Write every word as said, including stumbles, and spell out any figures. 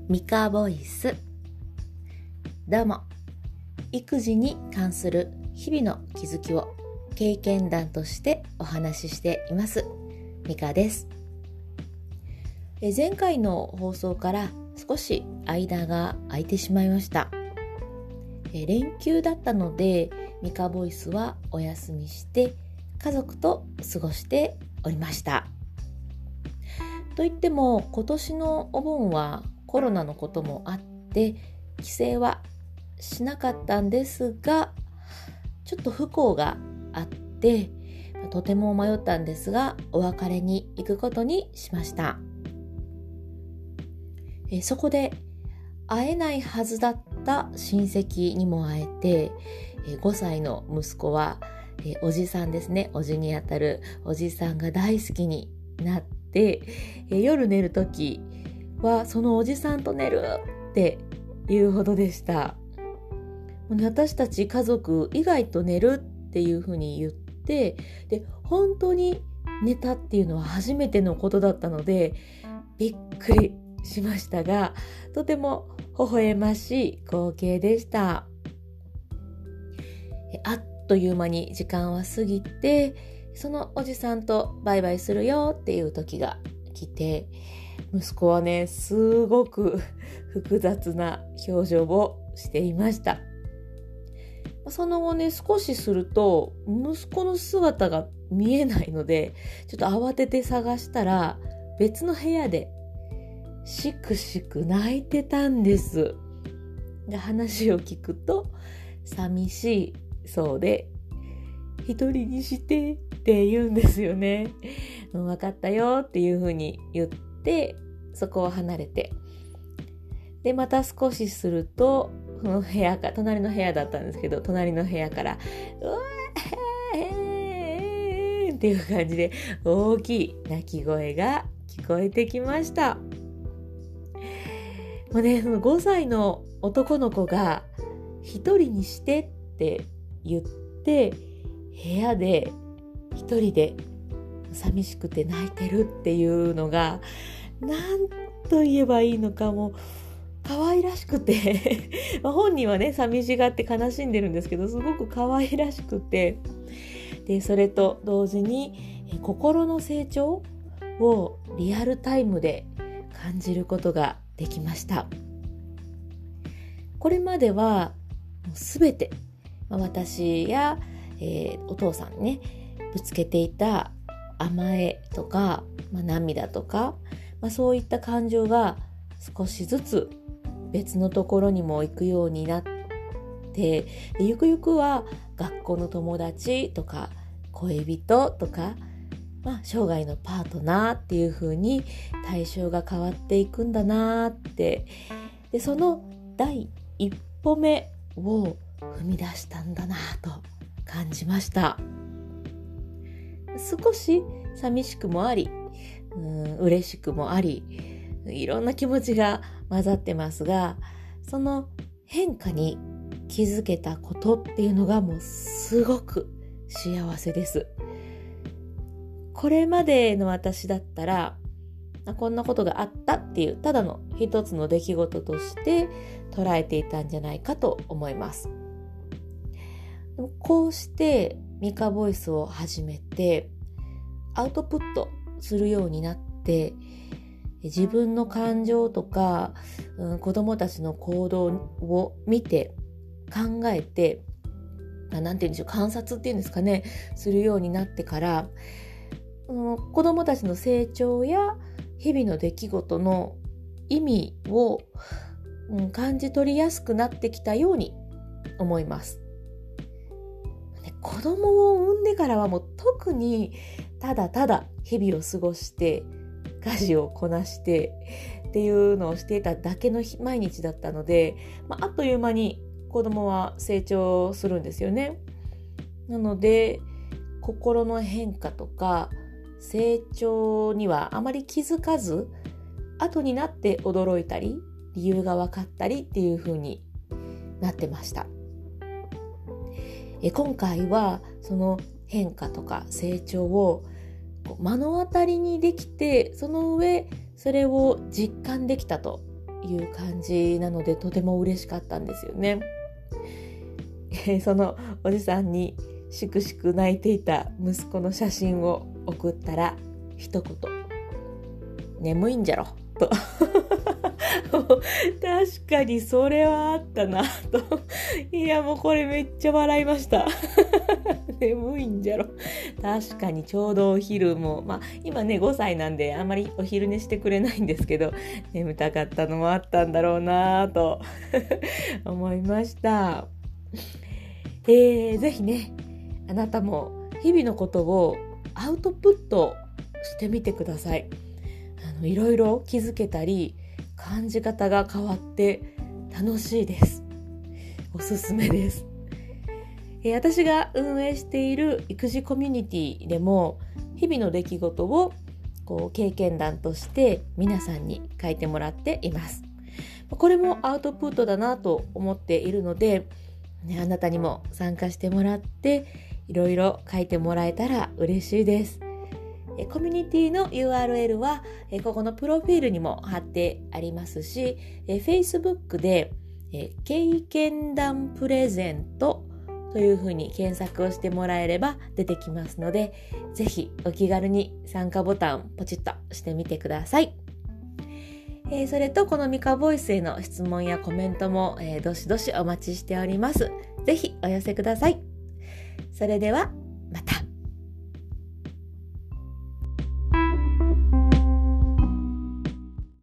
ミカボイス。どうも、育児に関する日々の気づきを経験談としてお話ししていますミカです。え前回の放送から少し間が空いてしまいました。え連休だったのでミカボイスはお休みして家族と過ごしておりました。といっても今年のお盆はコロナのこともあって帰省はしなかったんですが、ちょっと不幸があってとても迷ったんですがお別れに行くことにしました。えそこで会えないはずだった親戚にも会えて、ごさいの息子はおじさんですね、おじにあたるおじさんが大好きになって、夜寝るときはそのおじさんと寝るっていうほどでした。私たち家族以外と寝るっていうふうに言って、で本当に寝たっていうのは初めてのことだったのでびっくりしましたが、とても微笑ましい光景でした。あっという間に時間は過ぎて、そのおじさんとバイバイするよっていう時が来て、息子はねすごく複雑な表情をしていました。その後ね少しすると息子の姿が見えないので、ちょっと慌てて探したら別の部屋でしくしく泣いてたんです。で話を聞くと寂しいそうで、一人にしてって言うんですよね。うん、分かったよっていうふうに言ってそこを離れて、でまた少しするとその部屋か隣の部屋だったんですけど、隣の部屋からうわーっていう感じで大きい泣き声が聞こえてきました。もうね、そのごさいの男の子が一人にしてって言って部屋で一人で寂しくて泣いてるっていうのがなんと言えばいいのか、もう可愛らしくて本人はね寂しがって悲しんでるんですけど、すごく可愛らしくて、でそれと同時に心の成長をリアルタイムで感じることができました。これまではすべて私や、えー、お父さんにねぶつけていた甘えとか、まあ、涙とか、まあ、そういった感情が少しずつ別のところにも行くようになって、でゆくゆくは学校の友達とか恋人とか、まあ、生涯のパートナーっていう風に対象が変わっていくんだなって、でその第一歩目を踏み出したんだなと感じました。少し寂しくもあり、うん、嬉しくもあり、いろんな気持ちが混ざってますが、その変化に気づけたことっていうのがもうすごく幸せです。これまでの私だったらこんなことがあったっていうただの一つの出来事として捉えていたんじゃないかと思います。こうしてミカボイスを始めてアウトプットするようになって、自分の感情とか、うん、子供たちの行動を見て考えて、なんていうんでしょう、観察っていうんですかね、するようになってから、うん、子供たちの成長や日々の出来事の意味を、うん、感じ取りやすくなってきたように思います。子供を産んでからはもう特にただただ日々を過ごして家事をこなしてっていうのをしていただけの毎日だったので、まあ、あっという間に子供は成長するんですよね。なので心の変化とか成長にはあまり気づかず、後になって驚いたり理由が分かったりっていう風になってました。え今回はその変化とか成長を目の当たりにできて、その上それを実感できたという感じなので、とても嬉しかったんですよね。そのおじさんにしくしく泣いていた息子の写真を送ったら、一言、眠いんじゃろと確かにそれはあったなと。いや、もうこれめっちゃ笑いました眠いんじゃろ。確かにちょうどお昼も、まあ今ねごさいなんであんまりお昼寝してくれないんですけど、眠たかったのもあったんだろうなと思いました。えー、ぜひね、あなたも日々のことをアウトプットしてみてください。あのいろいろ気づけたり感じ方が変わって楽しいです。おすすめです。えー、私が運営している育児コミュニティでも日々の出来事をこう経験談として皆さんに書いてもらっています。これもアウトプットだなと思っているので、ね、あなたにも参加してもらっていろいろ書いてもらえたら嬉しいです。コミュニティの ユーアールエル はここのプロフィールにも貼ってありますし、Facebook で経験談プレゼントというふうに検索をしてもらえれば出てきますので、ぜひお気軽に参加ボタンポチッとしてみてください。えー、それとこのミカボイスへの質問やコメントも、えー、どしどしお待ちしております。ぜひお寄せください。それでは